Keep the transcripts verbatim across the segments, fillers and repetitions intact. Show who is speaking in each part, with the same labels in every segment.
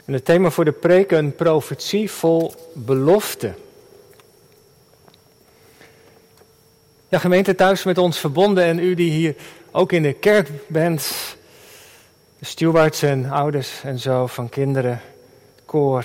Speaker 1: En het thema voor de preek, een profetie vol belofte. Ja, gemeente thuis met ons verbonden en u die hier ook in de kerk bent. De stewards en ouders en zo van kinderen, koor.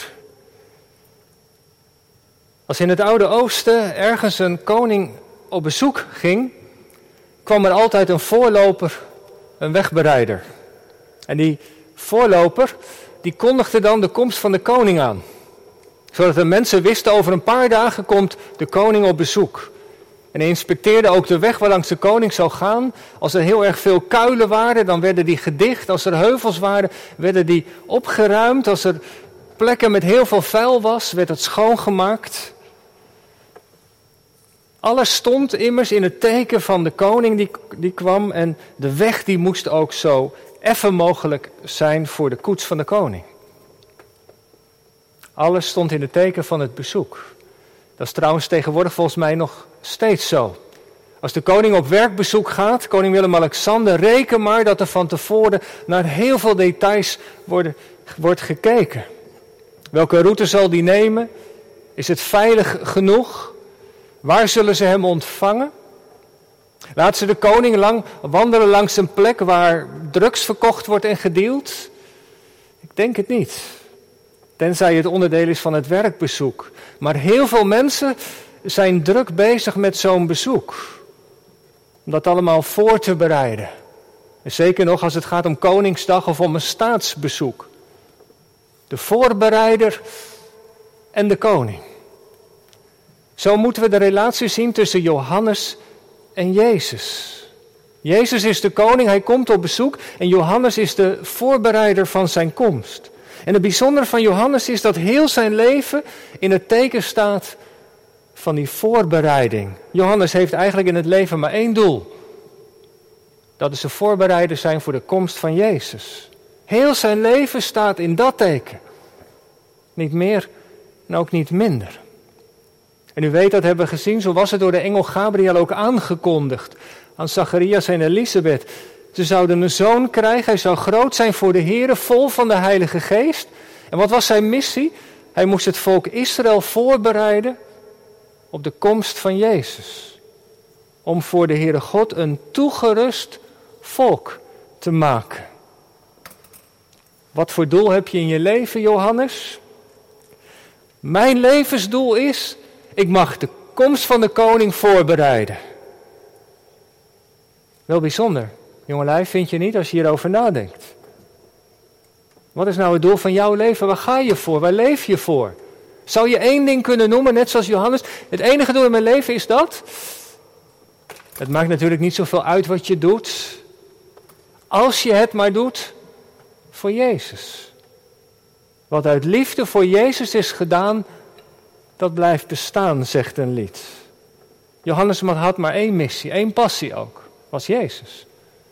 Speaker 1: Als in het Oude Oosten ergens een koning op bezoek ging, kwam er altijd een voorloper, een wegbereider. En die voorloper, die kondigde dan de komst van de koning aan. Zodat de mensen wisten, over een paar dagen komt de koning op bezoek. En hij inspecteerde ook de weg waarlangs de koning zou gaan. Als er heel erg veel kuilen waren, dan werden die gedicht. Als er heuvels waren, werden die opgeruimd. Als er plekken met heel veel vuil was, werd het schoongemaakt. Alles stond immers in het teken van de koning die, die kwam. En de weg die moest ook zo effen mogelijk zijn voor de koets van de koning. Alles stond in het teken van het bezoek. Dat is trouwens tegenwoordig volgens mij nog steeds zo. Als de koning op werkbezoek gaat, koning Willem-Alexander, reken maar dat er van tevoren naar heel veel details worden, wordt gekeken. Welke route zal die nemen? Is het veilig genoeg? Waar zullen ze hem ontvangen? Laat ze de koning lang wandelen langs een plek waar drugs verkocht wordt en gedeeld? Ik denk het niet. Tenzij het onderdeel is van het werkbezoek. Maar heel veel mensen zijn druk bezig met zo'n bezoek. Om dat allemaal voor te bereiden. En zeker nog als het gaat om Koningsdag of om een staatsbezoek. De voorbereider en de koning. Zo moeten we de relatie zien tussen Johannes en Jezus. Jezus is de koning, hij komt op bezoek. En Johannes is de voorbereider van zijn komst. En het bijzondere van Johannes is dat heel zijn leven in het teken staat van die voorbereiding. Johannes heeft eigenlijk in het leven maar één doel. Dat is de voorbereider zijn voor de komst van Jezus. Heel zijn leven staat in dat teken. Niet meer en ook niet minder. En u weet, dat hebben we gezien, zo was het door de engel Gabriel ook aangekondigd aan Zacharias en Elisabeth. Ze zouden een zoon krijgen, hij zou groot zijn voor de Heere, vol van de Heilige Geest. En wat was zijn missie? Hij moest het volk Israël voorbereiden op de komst van Jezus. Om voor de Heere God een toegerust volk te maken. Wat voor doel heb je in je leven, Johannes? Mijn levensdoel is, ik mag de komst van de koning voorbereiden. Wel bijzonder. Jongelui, vind je niet als je hierover nadenkt? Wat is nou het doel van jouw leven? Waar ga je voor? Waar leef je voor? Zou je één ding kunnen noemen, net zoals Johannes? Het enige doel in mijn leven is dat. Het maakt natuurlijk niet zoveel uit wat je doet. Als je het maar doet voor Jezus. Wat uit liefde voor Jezus is gedaan, dat blijft bestaan, zegt een lied. Johannes had maar één missie, één passie ook. Was Jezus.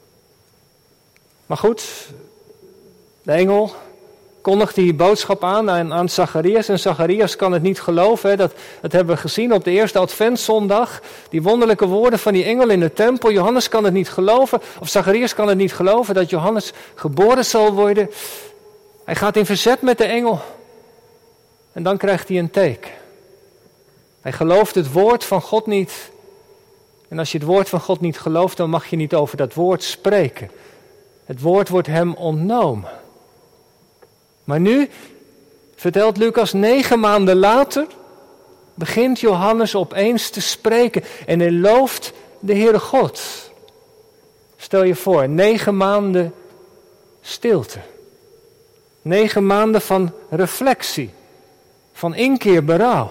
Speaker 1: Maar goed, de engel kondigt die boodschap aan aan, aan Zacharias. En Zacharias kan het niet geloven. Hè. Dat, dat hebben we gezien op de eerste adventszondag. Die wonderlijke woorden van die engel in de tempel. Johannes kan het niet geloven. Of Zacharias kan het niet geloven dat Johannes geboren zal worden. Hij gaat in verzet met de engel. En dan krijgt hij een teken. Hij gelooft het woord van God niet. En als je het woord van God niet gelooft, dan mag je niet over dat woord spreken. Het woord wordt hem ontnomen. Maar nu, vertelt Lucas, negen maanden later, begint Johannes opeens te spreken. En hij looft de Heere God. Stel je voor, negen maanden stilte. Negen maanden van reflectie. Van inkeer, berouw.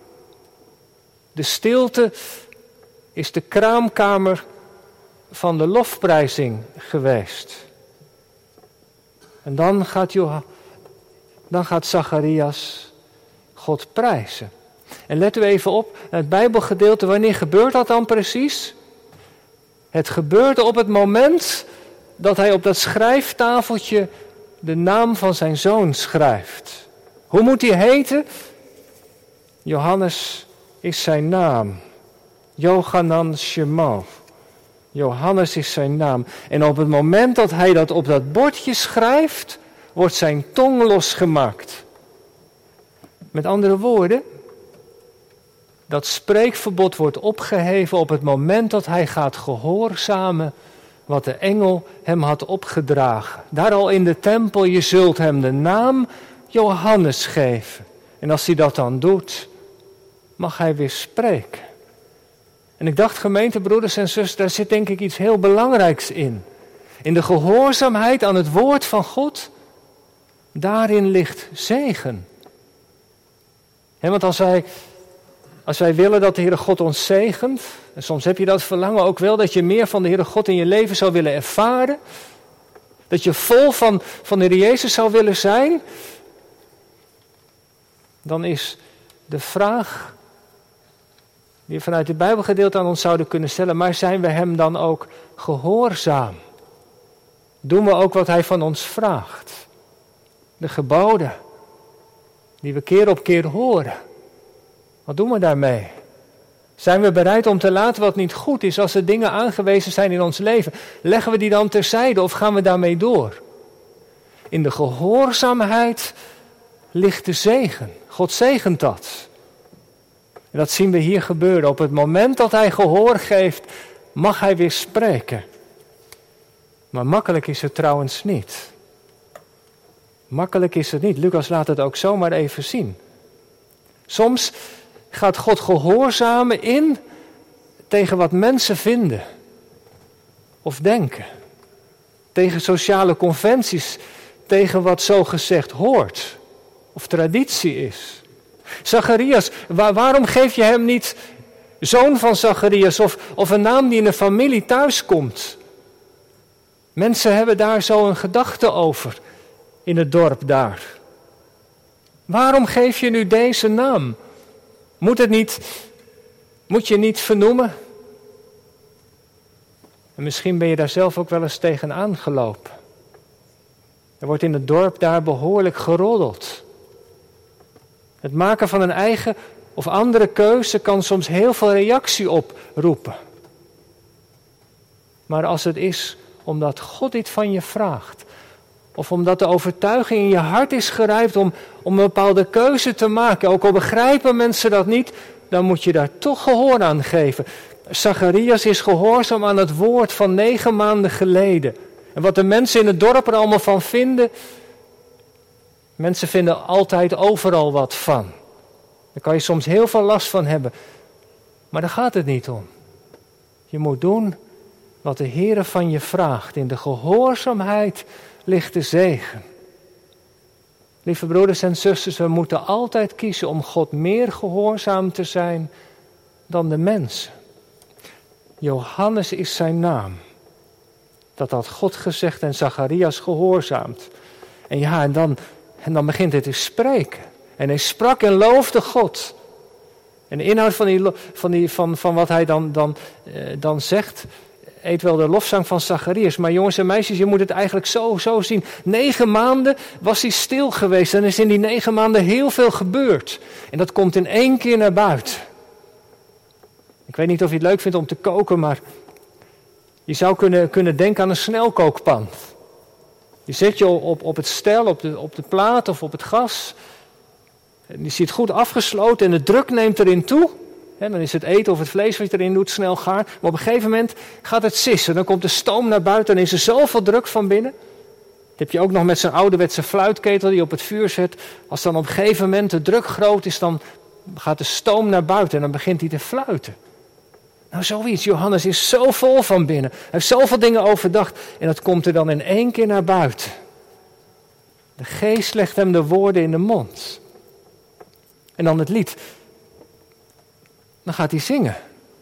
Speaker 1: De stilte is de kraamkamer van de lofprijzing geweest. En dan gaat, Joh- dan gaat Zacharias God prijzen. En let u even op, het Bijbelgedeelte, wanneer gebeurt dat dan precies? Het gebeurde op het moment dat hij op dat schrijftafeltje de naam van zijn zoon schrijft. Hoe moet hij heten? Johannes is zijn naam. Johanan Shema. Johannes is zijn naam. En op het moment dat hij dat op dat bordje schrijft, wordt zijn tong losgemaakt. Met andere woorden, dat spreekverbod wordt opgeheven op het moment dat hij gaat gehoorzamen wat de engel hem had opgedragen. Daar al in de tempel, je zult hem de naam Johannes geven. En als hij dat dan doet, mag hij weer spreken. En ik dacht, gemeente, broeders en zusters, daar zit denk ik iets heel belangrijks in. In de gehoorzaamheid aan het woord van God, daarin ligt zegen. He, want als wij, als wij willen dat de Heere God ons zegent, en soms heb je dat verlangen ook wel, dat je meer van de Heere God in je leven zou willen ervaren, dat je vol van, van de Heer Jezus zou willen zijn, dan is de vraag die we vanuit het Bijbelgedeelte aan ons zouden kunnen stellen, maar zijn we hem dan ook gehoorzaam? Doen we ook wat hij van ons vraagt? De geboden die we keer op keer horen. Wat doen we daarmee? Zijn we bereid om te laten wat niet goed is als er dingen aangewezen zijn in ons leven? Leggen we die dan terzijde of gaan we daarmee door? In de gehoorzaamheid ligt de zegen. God zegent dat. En dat zien we hier gebeuren. Op het moment dat hij gehoor geeft, mag hij weer spreken. Maar makkelijk is het trouwens niet. Makkelijk is het niet. Lucas laat het ook zomaar even zien. Soms gaat God gehoorzamen in tegen wat mensen vinden of denken. Tegen sociale conventies, tegen wat zogezegd hoort of traditie is. Zacharias, waar, waarom geef je hem niet zoon van Zacharias of, of een naam die in de familie thuis komt? Mensen hebben daar zo een gedachte over in het dorp daar. Waarom geef je nu deze naam? Moet het niet, moet je niet vernoemen? En misschien ben je daar zelf ook wel eens tegen aangelopen. Er wordt in het dorp daar behoorlijk geroddeld. Het maken van een eigen of andere keuze kan soms heel veel reactie oproepen. Maar als het is omdat God dit van je vraagt, of omdat de overtuiging in je hart is gerijpt om, om een bepaalde keuze te maken, ook al begrijpen mensen dat niet, dan moet je daar toch gehoor aan geven. Zacharias is gehoorzaam aan het woord van negen maanden geleden. En wat de mensen in het dorp er allemaal van vinden, mensen vinden altijd overal wat van. Daar kan je soms heel veel last van hebben. Maar daar gaat het niet om. Je moet doen wat de Heere van je vraagt. In de gehoorzaamheid ligt de zegen. Lieve broeders en zusters, we moeten altijd kiezen om God meer gehoorzaam te zijn dan de mensen. Johannes is zijn naam. Dat had God gezegd en Zacharias gehoorzaamt. En ja, en dan, en dan begint hij te spreken. En hij sprak en loofde God. En de inhoud van, die, van, die, van, van wat hij dan, dan, eh, dan zegt, eet wel de lofzang van Zacharias. Maar jongens en meisjes, je moet het eigenlijk zo, zo zien. Negen maanden was hij stil geweest. En er is in die negen maanden heel veel gebeurd. En dat komt in één keer naar buiten. Ik weet niet of je het leuk vindt om te koken, maar je zou kunnen, kunnen denken aan een snelkookpan. Je zet je op, op het stel, op de, op de plaat of op het gas. En die zit goed afgesloten en de druk neemt erin toe. En dan is het eten of het vlees wat je erin doet snel gaar. Maar op een gegeven moment gaat het sissen. Dan komt de stoom naar buiten en is er zoveel druk van binnen. Dat heb je ook nog met zo'n ouderwetse fluitketel die je op het vuur zet. Als dan op een gegeven moment de druk groot is, dan gaat de stoom naar buiten en dan begint hij te fluiten. Nou, zoiets. Johannes is zo vol van binnen. Hij heeft zoveel dingen overdacht. En dat komt er dan in één keer naar buiten. De geest legt hem de woorden in de mond. En dan het lied. Dan gaat hij zingen.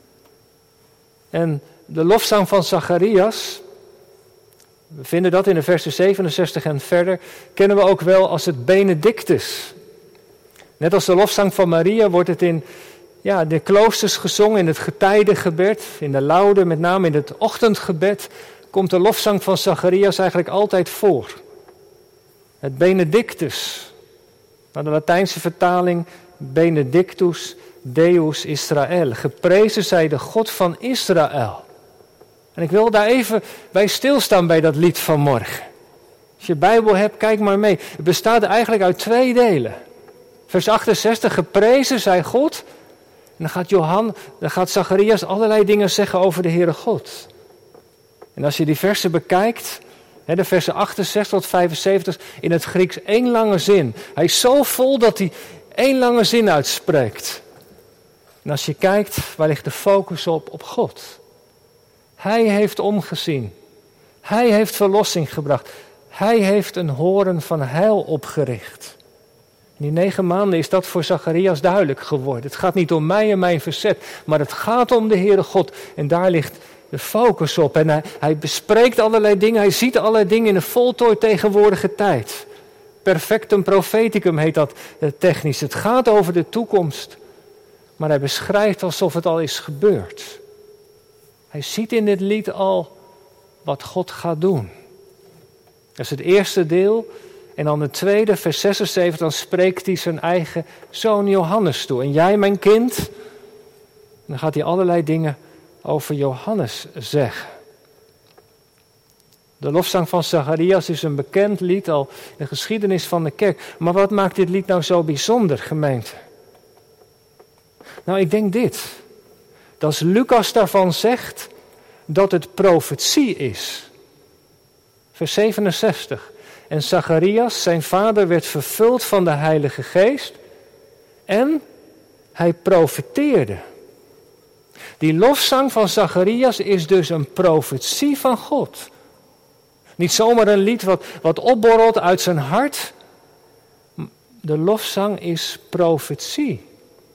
Speaker 1: En de lofzang van Zacharias, we vinden dat in de versen zevenenzestig en verder, kennen we ook wel als het Benedictus. Net als de lofzang van Maria wordt het in ja, de kloosters gezongen, in het getijdengebed, in de laude, met name in het ochtendgebed, komt de lofzang van Zacharias eigenlijk altijd voor. Het Benedictus. Nou, de Latijnse vertaling, Benedictus Deus Israël. Geprezen zij de God van Israël. En ik wil daar even bij stilstaan bij dat lied van morgen. Als je Bijbel hebt, kijk maar mee. Het bestaat eigenlijk uit twee delen. Vers achtenzestig, geprezen zij God. En dan gaat Johan, dan gaat Zacharias allerlei dingen zeggen over de Heere God. En als je die versen bekijkt, de versen achtenzestig tot vijfenzeventig, in het Grieks één lange zin. Hij is zo vol dat hij één lange zin uitspreekt. En als je kijkt, waar ligt de focus op? Op God. Hij heeft omgezien. Hij heeft verlossing gebracht. Hij heeft een horen van heil opgericht. In die negen maanden is dat voor Zacharias duidelijk geworden. Het gaat niet om mij en mijn verzet, maar het gaat om de Heere God. En daar ligt de focus op. En hij, hij bespreekt allerlei dingen, hij ziet allerlei dingen in een voltooid tegenwoordige tijd. Perfectum propheticum heet dat technisch. Het gaat over de toekomst, maar hij beschrijft alsof het al is gebeurd. Hij ziet in dit lied al wat God gaat doen. Dat is het eerste deel. En dan het tweede, vers zesenzeventig, dan spreekt hij zijn eigen zoon Johannes toe. En jij, mijn kind, en dan gaat hij allerlei dingen over Johannes zeggen. De lofzang van Zacharias is een bekend lied al in de geschiedenis van de kerk. Maar wat maakt dit lied nou zo bijzonder, gemeente? Nou, ik denk dit. Dat als Lucas daarvan zegt dat het profetie is. Vers zevenenzestig. En Zacharias, zijn vader, werd vervuld van de Heilige Geest en hij profeteerde. Die lofzang van Zacharias is dus een profetie van God. Niet zomaar een lied wat, wat opborrelt uit zijn hart. De lofzang is profetie.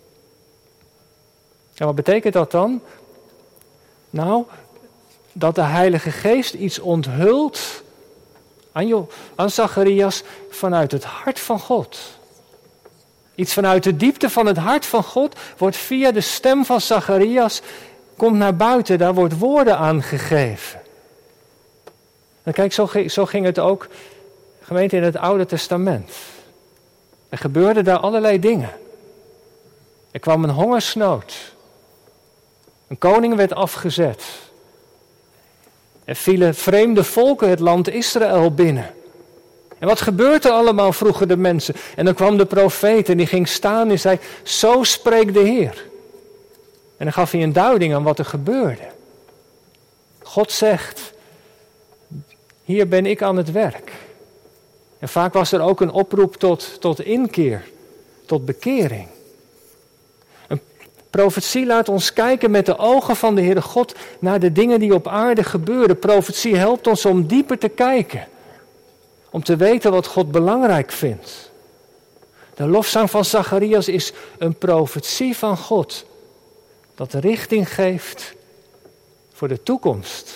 Speaker 1: En wat betekent dat dan? Nou, dat de Heilige Geest iets onthult aan, Jo- aan Zacharias vanuit het hart van God. Iets vanuit de diepte van het hart van God wordt via de stem van Zacharias, komt naar buiten, daar wordt woorden aan gegeven. En kijk, zo, zo ging het ook, gemeente, in het Oude Testament. Er gebeurden daar allerlei dingen. Er kwam een hongersnood. Een koning werd afgezet. Er vielen vreemde volken het land Israël binnen. En wat gebeurt er allemaal, vroegen de mensen. En dan kwam de profeet en die ging staan en zei, zo spreekt de Heer. En dan gaf hij een duiding aan wat er gebeurde. God zegt, hier ben ik aan het werk. En vaak was er ook een oproep tot, tot inkeer, tot bekering. Een profetie laat ons kijken met de ogen van de Heere God naar de dingen die op aarde gebeuren. Profetie helpt ons om dieper te kijken. Om te weten wat God belangrijk vindt. De lofzang van Zacharias is een profetie van God. Dat richting geeft voor de toekomst.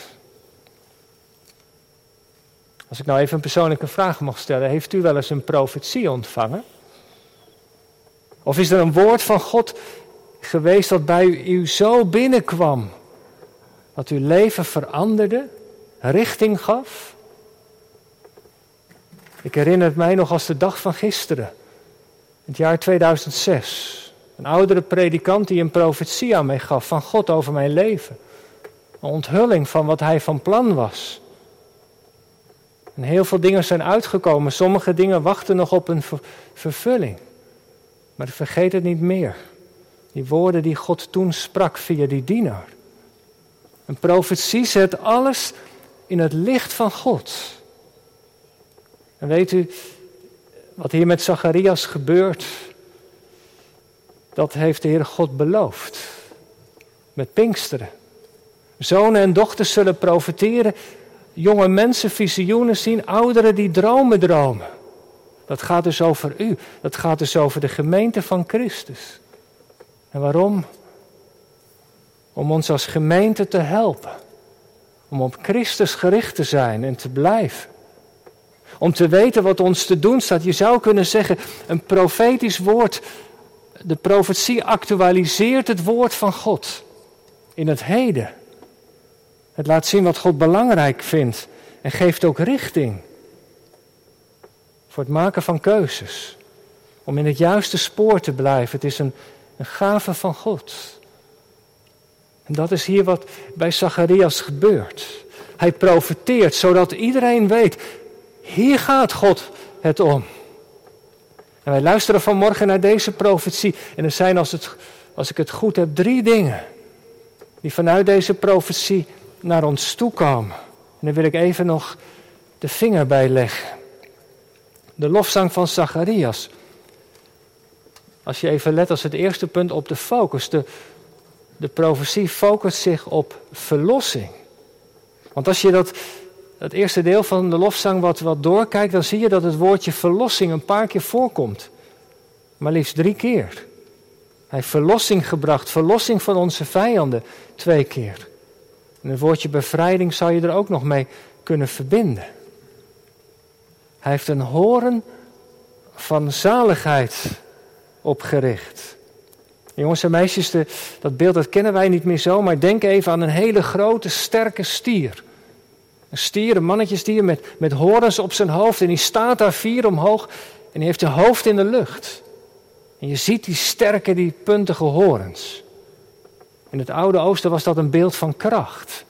Speaker 1: Als ik nou even een persoonlijke vraag mag stellen. Heeft u wel eens een profetie ontvangen? Of is er een woord van God geweest dat bij u zo binnenkwam? Dat uw leven veranderde, richting gaf? Ik herinner het mij nog als de dag van gisteren. Het jaar tweeduizend zes. Een oudere predikant die een profetie aan mij gaf van God over mijn leven. Een onthulling van wat hij van plan was. En heel veel dingen zijn uitgekomen. Sommige dingen wachten nog op een ver- vervulling. Maar vergeet het niet meer. Die woorden die God toen sprak via die dienaar. Een profetie zet alles in het licht van God. En weet u, wat hier met Zacharias gebeurt, dat heeft de Heere God beloofd. Met Pinksteren. Zonen en dochters zullen profeteren, jonge mensen visioenen zien, ouderen die dromen dromen. Dat gaat dus over u, dat gaat dus over de gemeente van Christus. En waarom? Om ons als gemeente te helpen. Om op Christus gericht te zijn en te blijven. Om te weten wat ons te doen staat. Je zou kunnen zeggen, een profetisch woord. De profetie actualiseert het woord van God. In het heden. Het laat zien wat God belangrijk vindt. En geeft ook richting. Voor het maken van keuzes. Om in het juiste spoor te blijven. Het is een, een gave van God. En dat is hier wat bij Zacharias gebeurt. Hij profeteert zodat iedereen weet. Hier gaat God het om. En wij luisteren vanmorgen naar deze profetie. En er zijn, als, het, als ik het goed heb, drie dingen die vanuit deze profetie naar ons toe komen. En daar wil ik even nog de vinger bij leggen. De lofzang van Zacharias. Als je even let als het eerste punt op de focus. De, de profetie focust zich op verlossing. Want als je dat, het eerste deel van de lofzang wat, wat doorkijkt, dan zie je dat het woordje verlossing een paar keer voorkomt. Maar liefst drie keer. Hij heeft verlossing gebracht, verlossing van onze vijanden, twee keer. En het woordje bevrijding zou je er ook nog mee kunnen verbinden. Hij heeft een horen van zaligheid opgericht. Jongens en meisjes, de, dat beeld dat kennen wij niet meer zo, maar denk even aan een hele grote, sterke stier. Een stier, een mannetjesdier met, met horens op zijn hoofd en die staat daar vier omhoog en die heeft zijn hoofd in de lucht. En je ziet die sterke, die puntige horens. In het Oude Oosten was dat een beeld van kracht.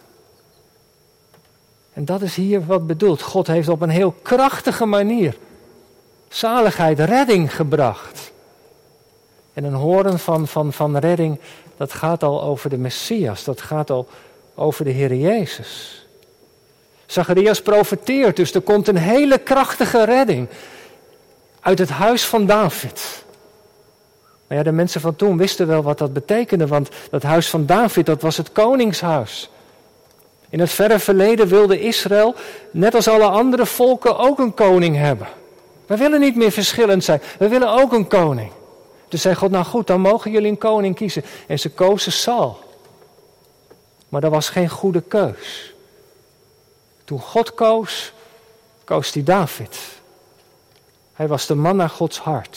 Speaker 1: En dat is hier wat bedoeld. God heeft op een heel krachtige manier zaligheid, redding gebracht. En een horen van, van, van redding, dat gaat al over de Messias. Dat gaat al over de Heer Jezus. Zacharias profeteert, dus er komt een hele krachtige redding uit het huis van David. Nou ja, de mensen van toen wisten wel wat dat betekende, want dat huis van David, dat was het koningshuis. In het verre verleden wilde Israël, net als alle andere volken, ook een koning hebben. We willen niet meer verschillend zijn, we willen ook een koning. Dus zei God, nou goed, dan mogen jullie een koning kiezen. En ze kozen Saul. Maar dat was geen goede keus. Toen God koos, koos hij David. Hij was de man naar Gods hart.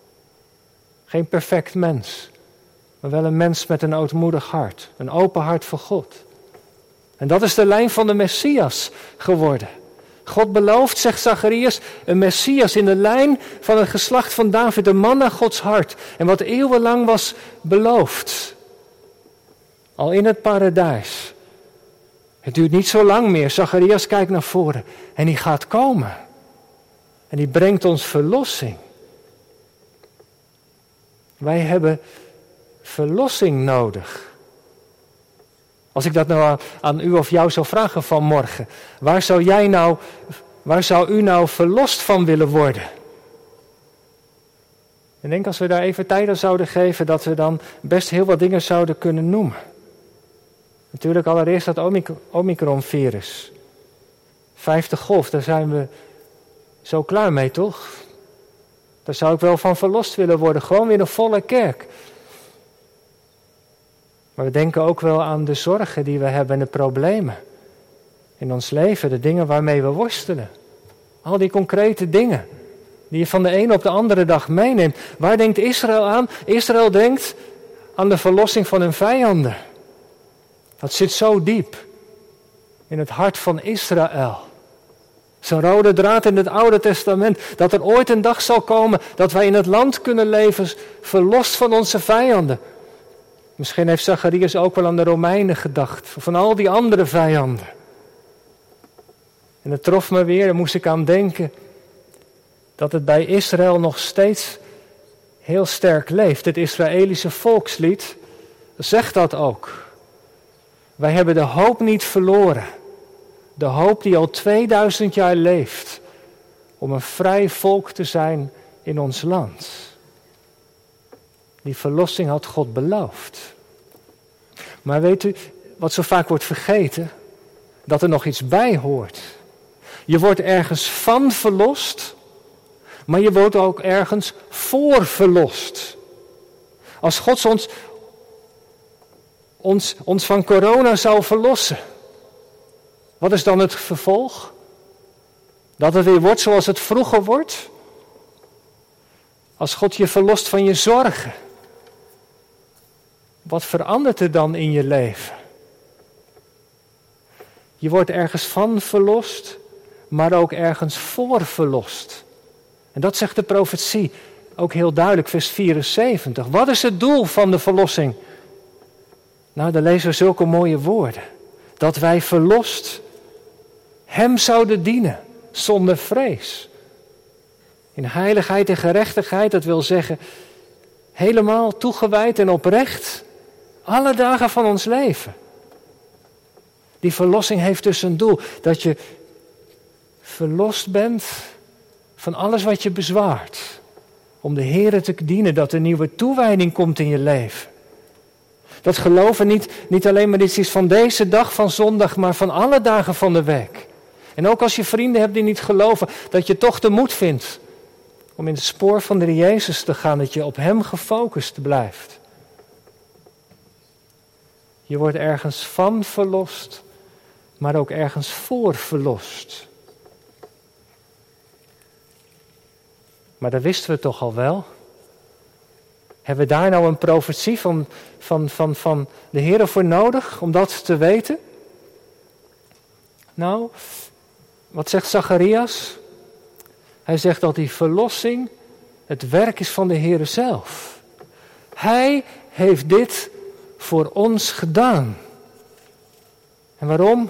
Speaker 1: Geen perfect mens, maar wel een mens met een ootmoedig hart. Een open hart voor God. En dat is de lijn van de Messias geworden. God belooft, zegt Zacharias, een Messias in de lijn van het geslacht van David, een man naar Gods hart. En wat eeuwenlang was beloofd. Al in het paradijs. Het duurt niet zo lang meer. Zacharias kijkt naar voren en die gaat komen. En die brengt ons verlossing. Wij hebben verlossing nodig. Als ik dat nou aan, aan u of jou zou vragen vanmorgen. Waar zou jij nou, waar zou u nou verlost van willen worden? Ik denk als we daar even tijd aan zouden geven, dat we dan best heel wat dingen zouden kunnen noemen. Natuurlijk allereerst dat Omicron-virus. Vijfde golf, daar zijn we zo klaar mee, toch? Daar zou ik wel van verlost willen worden. Gewoon weer een volle kerk. Maar we denken ook wel aan de zorgen die we hebben en de problemen in ons leven. De dingen waarmee we worstelen. Al die concrete dingen die je van de ene op de andere dag meeneemt. Waar denkt Israël aan? Israël denkt aan de verlossing van hun vijanden. Dat zit zo diep in het hart van Israël. Zo'n rode draad in het Oude Testament. Dat er ooit een dag zal komen dat wij in het land kunnen leven verlost van onze vijanden. Misschien heeft Zacharias ook wel aan de Romeinen gedacht. Of van al die andere vijanden. En het trof me weer, daar moest ik aan denken. Dat het bij Israël nog steeds heel sterk leeft. Het Israëlische volkslied zegt dat ook. Wij hebben de hoop niet verloren. De hoop die al tweeduizend jaar leeft. Om een vrij volk te zijn in ons land. Die verlossing had God beloofd. Maar weet u, wat zo vaak wordt vergeten, dat er nog iets bij hoort. Je wordt ergens van verlost, maar je wordt ook ergens voor verlost. Als God ons, ons, ons van corona zou verlossen, wat is dan het vervolg? Dat het weer wordt zoals het vroeger wordt? Als God je verlost van je zorgen, wat verandert er dan in je leven? Je wordt ergens van verlost, maar ook ergens voor verlost. En dat zegt de profetie ook heel duidelijk, vers vierenzeventig. Wat is het doel van de verlossing? Nou, dan lezen we zulke mooie woorden. Dat wij verlost hem zouden dienen, zonder vrees. In heiligheid en gerechtigheid, dat wil zeggen helemaal toegewijd en oprecht, alle dagen van ons leven. Die verlossing heeft dus een doel, dat je verlost bent van alles wat je bezwaart. Om de Heere te dienen, dat er nieuwe toewijding komt in je leven. Dat geloven niet, niet alleen maar iets is van deze dag, van zondag, maar van alle dagen van de week. En ook als je vrienden hebt die niet geloven, dat je toch de moed vindt om in het spoor van de Heer Jezus te gaan, dat je op Hem gefocust blijft. Je wordt ergens van verlost, maar ook ergens voor verlost. Maar dat wisten we toch al wel? Hebben we daar nou een profetie van, van, van, van de Heere voor nodig om dat te weten? Nou, wat zegt Zacharias? Hij zegt dat die verlossing het werk is van de Heere zelf. Hij heeft dit voor ons gedaan. En waarom?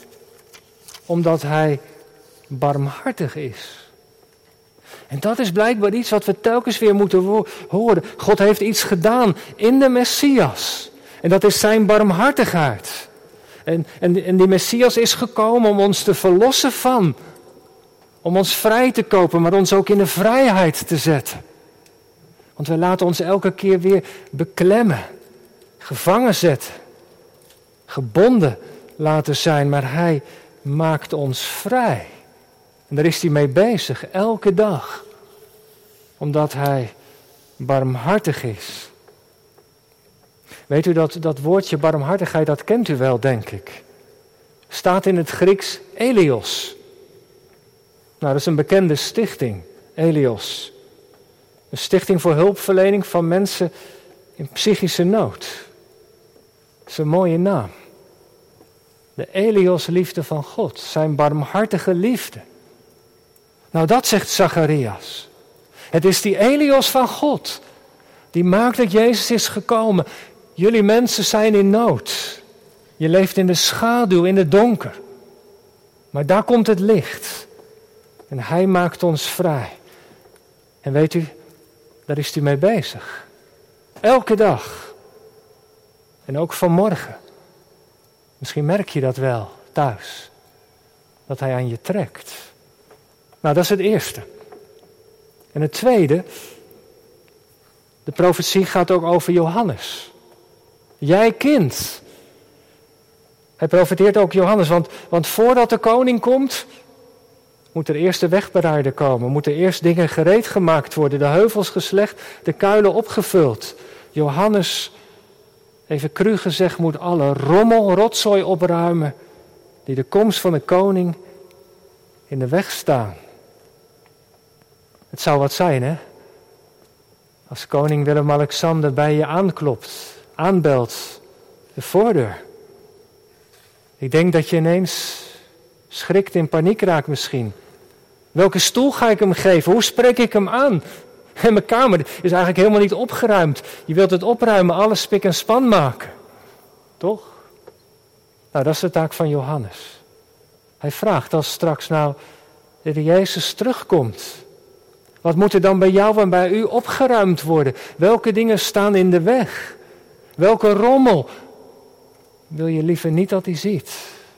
Speaker 1: Omdat Hij barmhartig is. En dat is blijkbaar iets wat we telkens weer moeten wo- horen. God heeft iets gedaan in de Messias. En dat is zijn barmhartigheid. En, en, en die Messias is gekomen om ons te verlossen van. Om ons vrij te kopen, maar ons ook in de vrijheid te zetten. Want wij laten ons elke keer weer beklemmen. Gevangen zetten. Gebonden laten zijn, maar Hij maakt ons vrij. En daar is Hij mee bezig, elke dag. Omdat Hij barmhartig is. Weet u dat, dat woordje barmhartigheid, dat kent u wel, denk ik. Staat in het Grieks Elios. Nou, dat is een bekende stichting, Elios. Een stichting voor hulpverlening van mensen in psychische nood. Dat is een mooie naam. De Elios-liefde van God, zijn barmhartige liefde. Nou, dat zegt Zacharias. Het is die Elios van God, die maakt dat Jezus is gekomen. Jullie mensen zijn in nood. Je leeft in de schaduw, in het donker. Maar daar komt het licht. En Hij maakt ons vrij. En weet u, daar is Hij mee bezig. Elke dag. En ook vanmorgen. Misschien merk je dat wel thuis. Dat Hij aan je trekt. Nou, dat is het eerste. En het tweede. De profetie gaat ook over Johannes. Jij kind. Hij profeteert ook Johannes. Want, want voordat de koning komt, moet er eerst de wegbereider komen. Moeten eerst dingen gereed gemaakt worden. De heuvels geslecht, de kuilen opgevuld. Johannes, even cru gezegd, moet alle rommel, rotzooi opruimen die de komst van de koning in de weg staan. Het zou wat zijn, hè? Als koning Willem-Alexander bij je aanklopt, aanbelt, de voordeur. Ik denk dat je ineens schrikt, in paniek raakt misschien. Welke stoel ga ik hem geven? Hoe spreek ik hem aan? En mijn kamer is eigenlijk helemaal niet opgeruimd. Je wilt het opruimen, alles spik en span maken. Toch? Nou, dat is de taak van Johannes. Hij vraagt als straks nou de Heer Jezus terugkomt. Wat moet er dan bij jou en bij u opgeruimd worden? Welke dingen staan in de weg? Welke rommel wil je liever niet dat hij ziet?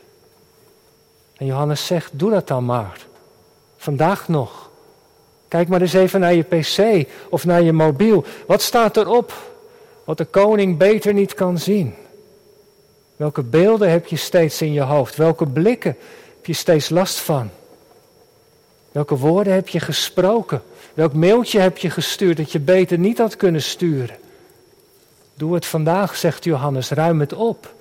Speaker 1: En Johannes zegt, doe dat dan maar. Vandaag nog. Kijk maar eens even naar je pc of naar je mobiel. Wat staat erop? Wat de koning beter niet kan zien. Welke beelden heb je steeds in je hoofd? Welke blikken heb je steeds last van? Welke woorden heb je gesproken? Welk mailtje heb je gestuurd dat je beter niet had kunnen sturen? Doe het vandaag, zegt Johannes, ruim het op.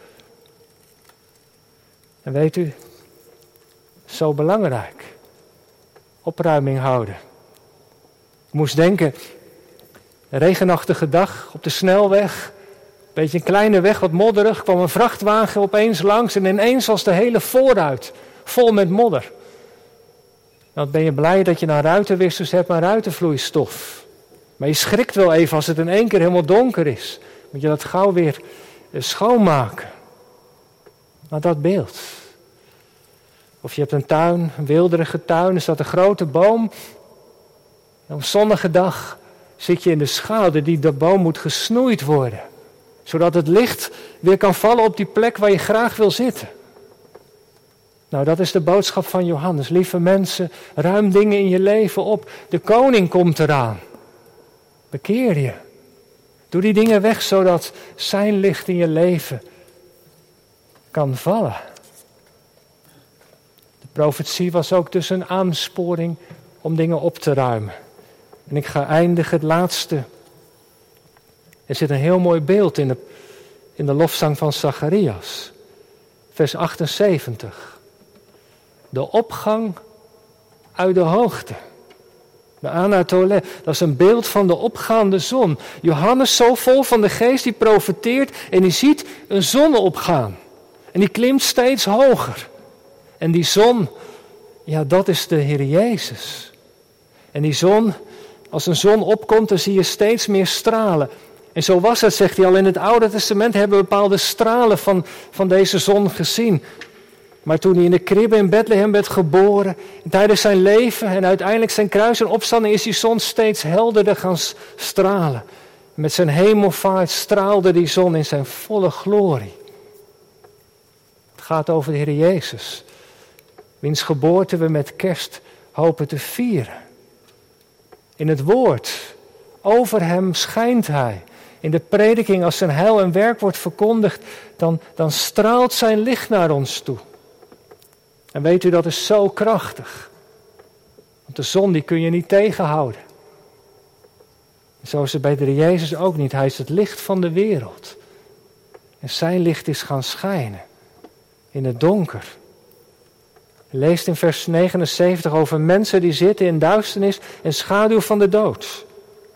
Speaker 1: En weet u, zo belangrijk. Opruiming houden. Ik moest denken, een regenachtige dag op de snelweg, een beetje een kleine weg, wat modderig, kwam een vrachtwagen opeens langs en ineens was de hele voorruit vol met modder. Dan ben je blij dat je nou ruitenwissers hebt en ruitenvloeistof. Maar je schrikt wel even als het in één keer helemaal donker is. Moet je dat gauw weer schoonmaken. Maar dat beeld. Of je hebt een tuin, een weelderige tuin, er staat een grote boom. En op een zonnige dag zit je in de schaduw, die de boom moet gesnoeid worden. Zodat het licht weer kan vallen op die plek waar je graag wil zitten. Nou, dat is de boodschap van Johannes. Lieve mensen, ruim dingen in je leven op. De koning komt eraan. Bekeer je. Doe die dingen weg, zodat zijn licht in je leven kan vallen. De profetie was ook dus een aansporing om dingen op te ruimen. En ik ga eindigen, het laatste. Er zit een heel mooi beeld in de, in de lofzang van Zacharias. Vers achtenzeventig. De opgang uit de hoogte. De Anatole, dat is een beeld van de opgaande zon. Johannes, zo vol van de geest, die profeteert en die ziet een zon opgaan. En die klimt steeds hoger. En die zon, ja, dat is de Heer Jezus. En die zon, als een zon opkomt, dan zie je steeds meer stralen. En zo was het, zegt hij al, in het Oude Testament hebben we bepaalde stralen van, van deze zon gezien. Maar toen hij in de kribbe in Bethlehem werd geboren, tijdens zijn leven en uiteindelijk zijn kruis en opstanding, is die zon steeds helderder gaan stralen. Met zijn hemelvaart straalde die zon in zijn volle glorie. Het gaat over de Heer Jezus, wiens geboorte we met kerst hopen te vieren. In het woord, over hem schijnt hij. In de prediking, als zijn heil en werk wordt verkondigd, dan, dan straalt zijn licht naar ons toe. En weet u, dat is zo krachtig. Want de zon, die kun je niet tegenhouden. En zo is het bij de Heer Jezus ook niet. Hij is het licht van de wereld. En zijn licht is gaan schijnen. In het donker. Je leest in vers negenenzeventig over mensen die zitten in duisternis en schaduw van de dood.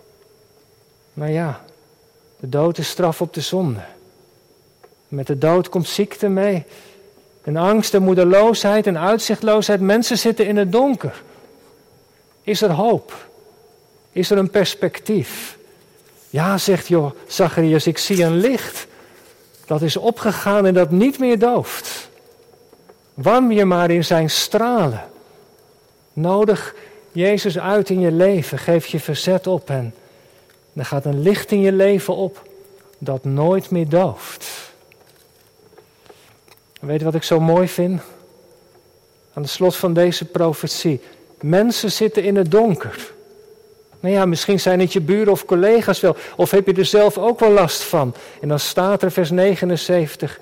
Speaker 1: Maar ja, de dood is straf op de zonde. Met de dood komt ziekte mee. En angst en moedeloosheid en uitzichtloosheid. Mensen zitten in het donker. Is er hoop? Is er een perspectief? Ja, zegt joh, Zacharias, ik zie een licht. Dat is opgegaan en dat niet meer dooft. Warm je maar in zijn stralen. Nodig Jezus uit in je leven. Geef je verzet op en er gaat een licht in je leven op dat nooit meer dooft. Weet je wat ik zo mooi vind? Aan het slot van deze profetie. Mensen zitten in het donker. Nou ja, misschien zijn het je buren of collega's wel. Of heb je er zelf ook wel last van. En dan staat er vers negenenzeventig.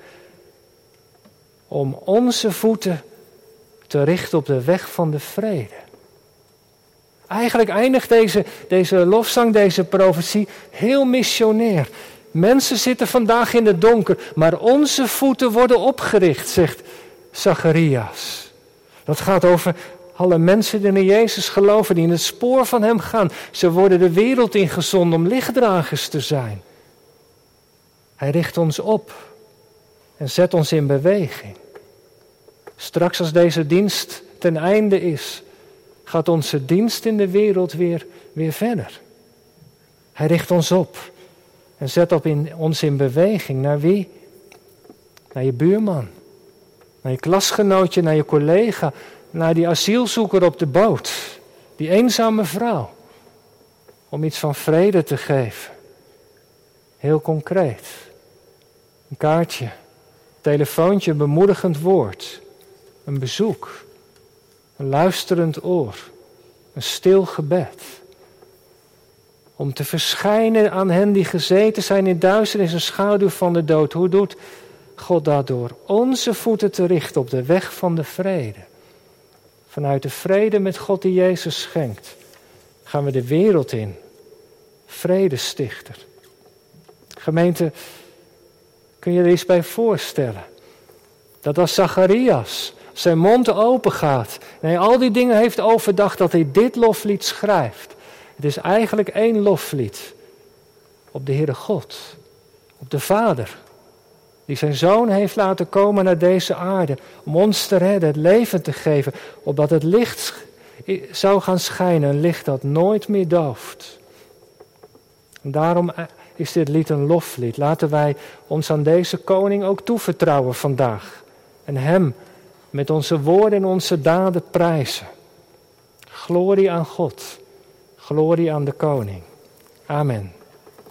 Speaker 1: Om onze voeten te richten op de weg van de vrede. Eigenlijk eindigt deze, deze lofzang, deze profetie heel missionair. Mensen zitten vandaag in het donker, maar onze voeten worden opgericht, zegt Zacharias. Dat gaat over alle mensen die in Jezus geloven, die in het spoor van hem gaan. Ze worden de wereld ingezonden om lichtdragers te zijn. Hij richt ons op en zet ons in beweging. Straks als deze dienst ten einde is, gaat onze dienst in de wereld weer, weer verder. Hij richt ons op en zet op in, ons in beweging. Naar wie? Naar je buurman, naar je klasgenootje, naar je collega, naar die asielzoeker op de boot, die eenzame vrouw, om iets van vrede te geven. Heel concreet. Een kaartje, telefoontje, een bemoedigend woord, een bezoek, een luisterend oor, een stil gebed. Om te verschijnen aan hen die gezeten zijn in duisternis en schaduw van de dood. Hoe doet God dat? Door onze voeten te richten op de weg van de vrede. Vanuit de vrede met God die Jezus schenkt, gaan we de wereld in. Vredestichter. Gemeente, kun je er iets bij voorstellen? Dat als Zacharias zijn mond open gaat en hij al die dingen heeft overdacht, dat hij dit loflied schrijft. Het is eigenlijk één loflied op de Heere God, op de Vader, die zijn Zoon heeft laten komen naar deze aarde om ons te redden, het leven te geven, opdat het licht zou gaan schijnen, een licht dat nooit meer dooft. En daarom is dit lied een loflied. Laten wij ons aan deze koning ook toevertrouwen vandaag en hem met onze woorden en onze daden prijzen. Glorie aan God. Glorie aan de Koning. Amen.